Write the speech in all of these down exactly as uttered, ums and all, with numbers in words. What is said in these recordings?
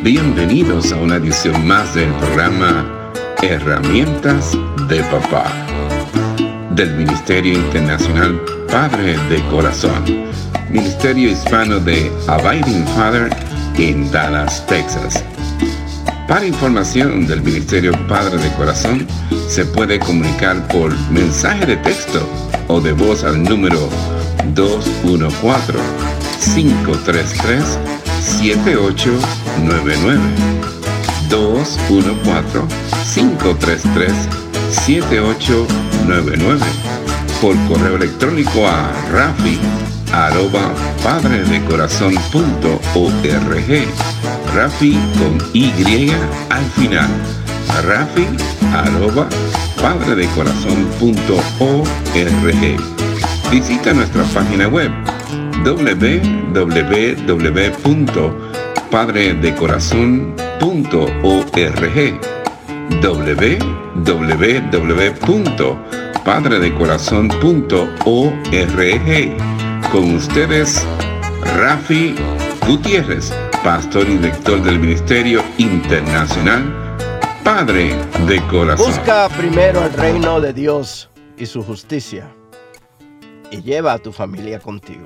Bienvenidos a una edición más del programa Herramientas de Papá del Ministerio Internacional Padre de Corazón, Ministerio Hispano de Abiding Father en Dallas, Texas. Para información del Ministerio Padre de Corazón, se puede comunicar por mensaje de texto o de voz al número dos uno cuatro, cinco tres tres, siete ocho nueve nueve. dos uno cuatro, cinco tres tres, siete ocho nueve nueve. Por correo electrónico a rafi arroba padredecorazon punto org. Rafi con Y al final. Rafi arroba padredecorazon punto org. Visita nuestra página web doble u doble u doble u punto padredecorazon punto org. doble u doble u doble u punto padredecorazon punto org. Con ustedes, Rafi Gutiérrez, pastor y director del Ministerio Internacional Padre de Corazón. Busca primero el reino de Dios y su justicia, y lleva a tu familia contigo.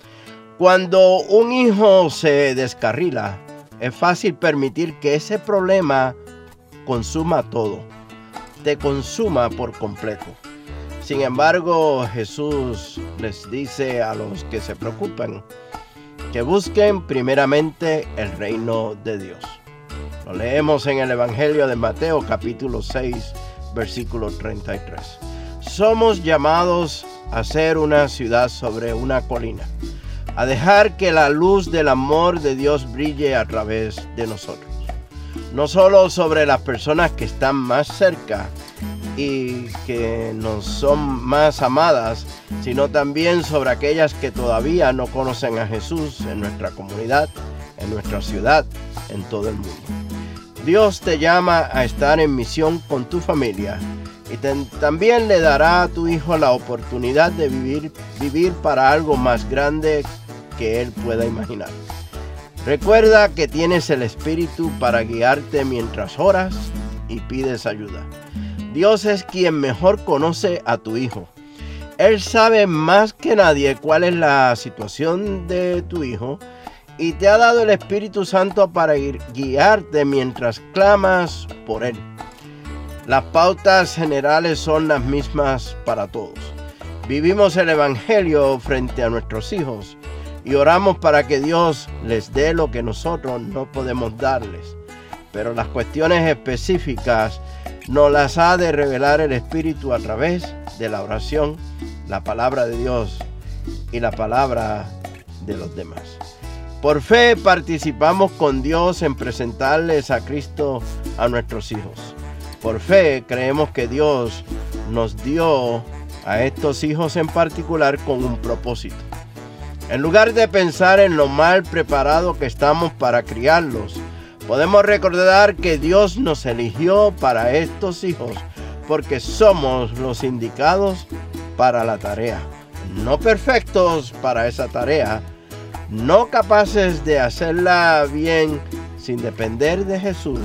Cuando un hijo se descarrila, es fácil permitir que ese problema consuma todo, te consuma por completo. Sin embargo, Jesús les dice a los que se preocupan que busquen primeramente el reino de Dios. Lo leemos en el Evangelio de Mateo, capítulo seis, versículo treinta y tres. Somos llamados a ser una ciudad sobre una colina, a dejar que la luz del amor de Dios brille a través de nosotros. No solo sobre las personas que están más cerca y que nos son más amadas, sino también sobre aquellas que todavía no conocen a Jesús en nuestra comunidad, en nuestra ciudad, en todo el mundo. Dios te llama a estar en misión con tu familia y te, también le dará a tu hijo la oportunidad de vivir, vivir para algo más grande que él pueda imaginar. Recuerda que tienes el Espíritu para guiarte mientras oras y pides ayuda. Dios es quien mejor conoce a tu hijo. Él sabe más que nadie cuál es la situación de tu hijo y te ha dado el Espíritu Santo para guiarte mientras clamas por él. Las pautas generales son las mismas para todos. Vivimos el Evangelio frente a nuestros hijos y oramos para que Dios les dé lo que nosotros no podemos darles. Pero las cuestiones específicas nos las ha de revelar el Espíritu a través de la oración, la palabra de Dios y la palabra de los demás. Por fe participamos con Dios en presentarles a Cristo a nuestros hijos. Por fe creemos que Dios nos dio a estos hijos en particular con un propósito. En lugar de pensar en lo mal preparado que estamos para criarlos, podemos recordar que Dios nos eligió para estos hijos porque somos los indicados para la tarea. No perfectos para esa tarea, no capaces de hacerla bien sin depender de Jesús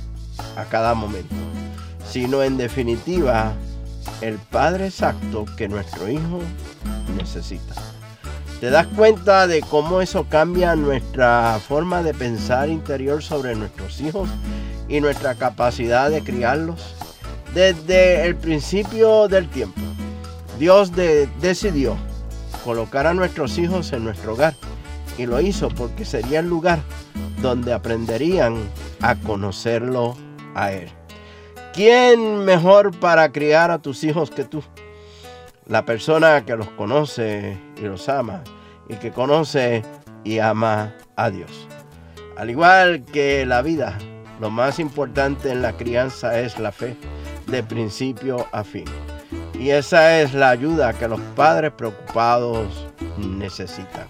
a cada momento, sino en definitiva el Padre exacto que nuestro hijo necesita. ¿Te das cuenta de cómo eso cambia nuestra forma de pensar interior sobre nuestros hijos y nuestra capacidad de criarlos? Desde el principio del tiempo, Dios de- decidió colocar a nuestros hijos en nuestro hogar y lo hizo porque sería el lugar donde aprenderían a conocerlo a Él. ¿Quién mejor para criar a tus hijos que tú? La persona que los conoce y los ama y que conoce y ama a Dios. Al igual que la vida, lo más importante en la crianza es la fe, de principio a fin. Y esa es la ayuda que los padres preocupados necesitan.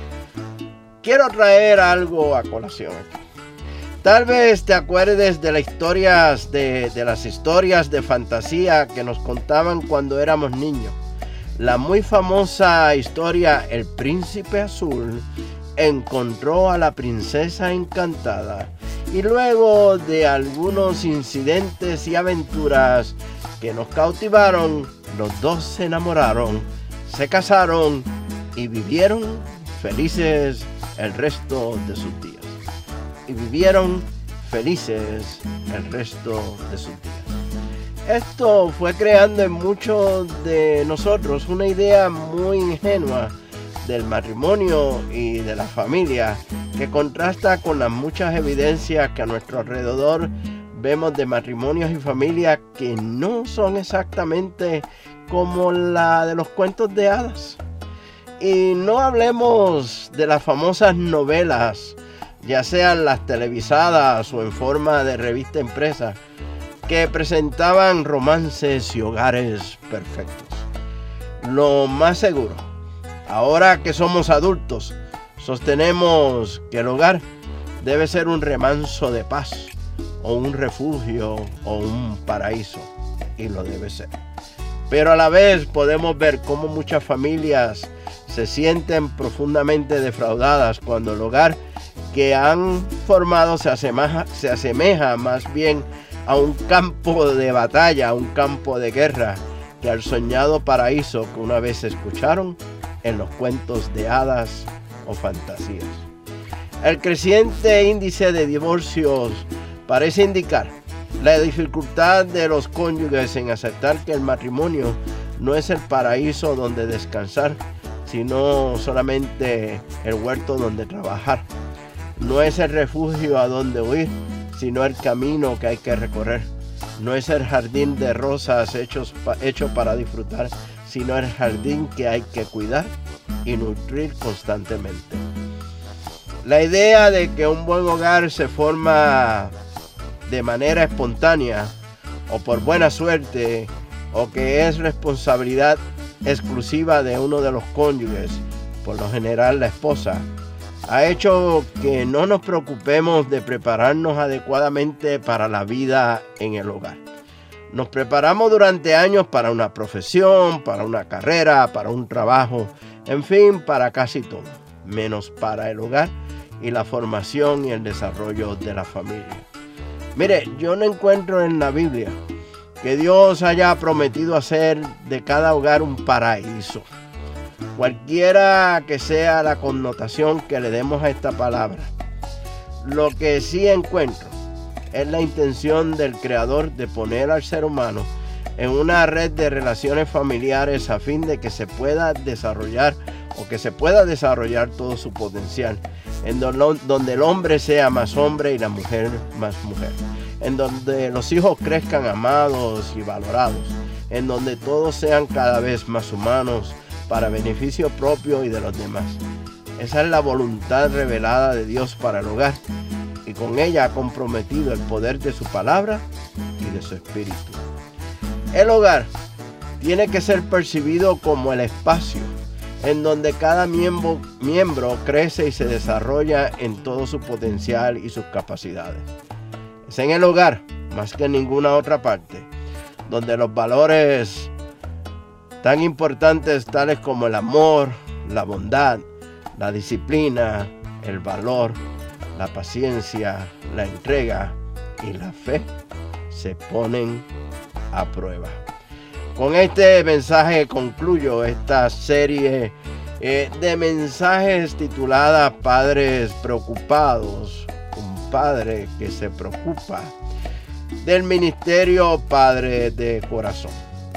Quiero traer algo a colación aquí. Tal vez te acuerdes de las historias de, de las historias de fantasía que nos contaban cuando éramos niños. La muy famosa historia El Príncipe Azul encontró a la princesa encantada Y luego de algunos incidentes y aventuras que nos cautivaron, los dos se enamoraron, se casaron y vivieron felices el resto de sus días. Y vivieron felices el resto de sus días. Esto fue creando en muchos de nosotros una idea muy ingenua del matrimonio y de la familia, que contrasta con las muchas evidencias que a nuestro alrededor vemos de matrimonios y familias que no son exactamente como la de los cuentos de hadas. Y no hablemos de las famosas novelas, ya sean las televisadas o en forma de revista impresa, que presentaban romances y hogares perfectos. Lo más seguro, ahora que somos adultos, sostenemos que el hogar debe ser un remanso de paz, o un refugio, o un paraíso, y lo debe ser. Pero a la vez podemos ver cómo muchas familias se sienten profundamente defraudadas cuando el hogar que han formado se asemeja, se asemeja más bien a un campo de batalla, a un campo de guerra, que al soñado paraíso que una vez escucharon en los cuentos de hadas o fantasías. El creciente índice de divorcios parece indicar la dificultad de los cónyuges en aceptar que el matrimonio no es el paraíso donde descansar, sino solamente el huerto donde trabajar. No es el refugio a donde huir, sino el camino que hay que recorrer. No es el jardín de rosas hechos pa, hecho para disfrutar, sino el jardín que hay que cuidar y nutrir constantemente. La idea de que un buen hogar se forma de manera espontánea o por buena suerte, o que es responsabilidad exclusiva de uno de los cónyuges, por lo general la esposa, ha hecho que no nos preocupemos de prepararnos adecuadamente para la vida en el hogar. Nos preparamos durante años para una profesión, para una carrera, para un trabajo, en fin, para casi todo, menos para el hogar y la formación y el desarrollo de la familia. Mire, yo no encuentro en la Biblia que Dios haya prometido hacer de cada hogar un paraíso. Cualquiera que sea la connotación que le demos a esta palabra, lo que sí encuentro es la intención del Creador de poner al ser humano en una red de relaciones familiares a fin de que se pueda desarrollar o que se pueda desarrollar todo su potencial, en donde el hombre sea más hombre y la mujer más mujer, en donde los hijos crezcan amados y valorados, en donde todos sean cada vez más humanos para beneficio propio y de los demás. Esa es la voluntad revelada de Dios para el hogar, y con ella ha comprometido el poder de su palabra y de su espíritu. El hogar tiene que ser percibido como el espacio en donde cada miembro, miembro crece y se desarrolla en todo su potencial y sus capacidades. Es en el hogar, más que en ninguna otra parte, donde los valores tan importantes tales como el amor, la bondad, la disciplina, el valor, la paciencia, la entrega y la fe se ponen a prueba. Con este mensaje concluyo esta serie eh, de mensajes titulada Padres Preocupados, un padre que se preocupa, del Ministerio Padre de Corazón.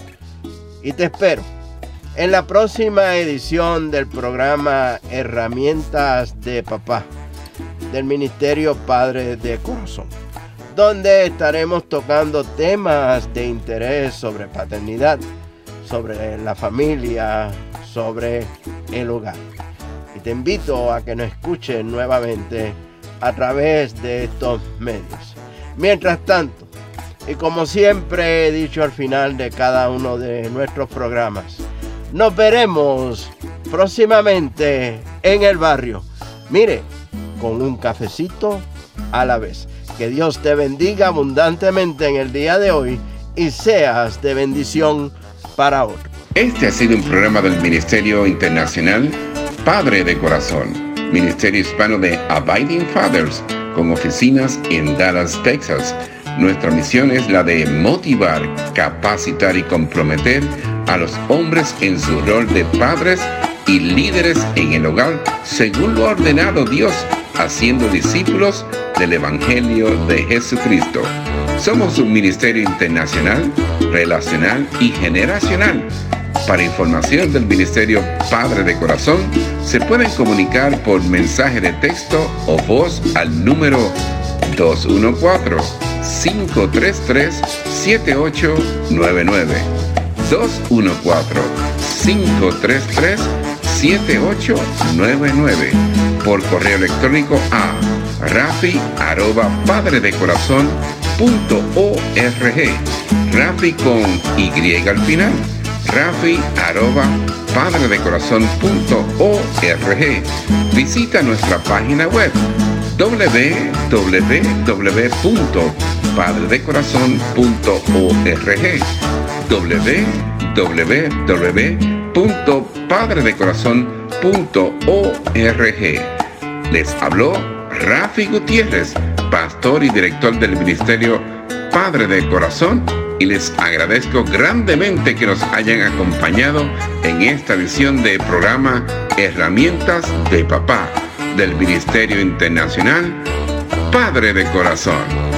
Y te espero en la próxima edición del programa Herramientas de Papá, del Ministerio Padre de Corazón, donde estaremos tocando temas de interés sobre paternidad, sobre la familia, sobre el hogar. Y te invito a que nos escuches nuevamente a través de estos medios. Mientras tanto, y como siempre he dicho al final de cada uno de nuestros programas, nos veremos próximamente en el barrio. Mire, con un cafecito a la vez. Que Dios te bendiga abundantemente en el día de hoy y seas de bendición para otros. Este ha sido un programa del Ministerio Internacional Padre de Corazón, Ministerio Hispano de Abiding Fathers, con oficinas en Dallas, Texas. Nuestra misión es la de motivar, capacitar y comprometer a los hombres en su rol de padres y líderes en el hogar, según lo ha ordenado Dios, haciendo discípulos del Evangelio de Jesucristo. Somos un ministerio internacional, relacional y generacional. Para información del Ministerio Padre de Corazón, se pueden comunicar por mensaje de texto o voz al número dos uno cuatro, cinco tres tres, siete ocho nueve nueve. dos uno cuatro, cinco tres tres, siete ocho nueve nueve. Por correo electrónico a rafi arroba padredecorazon punto org. Rafi con Y al final. rafi arroba padredecorazon punto org. Visita nuestra página web doble u doble u doble u punto padredecorazon punto org. doble u doble u doble u punto padredecorazon punto org. Les habló Rafi Gutiérrez, pastor y director del Ministerio Padre de Corazón, y les agradezco grandemente que nos hayan acompañado en esta edición del programa Herramientas de Papá del Ministerio Internacional Padre de Corazón.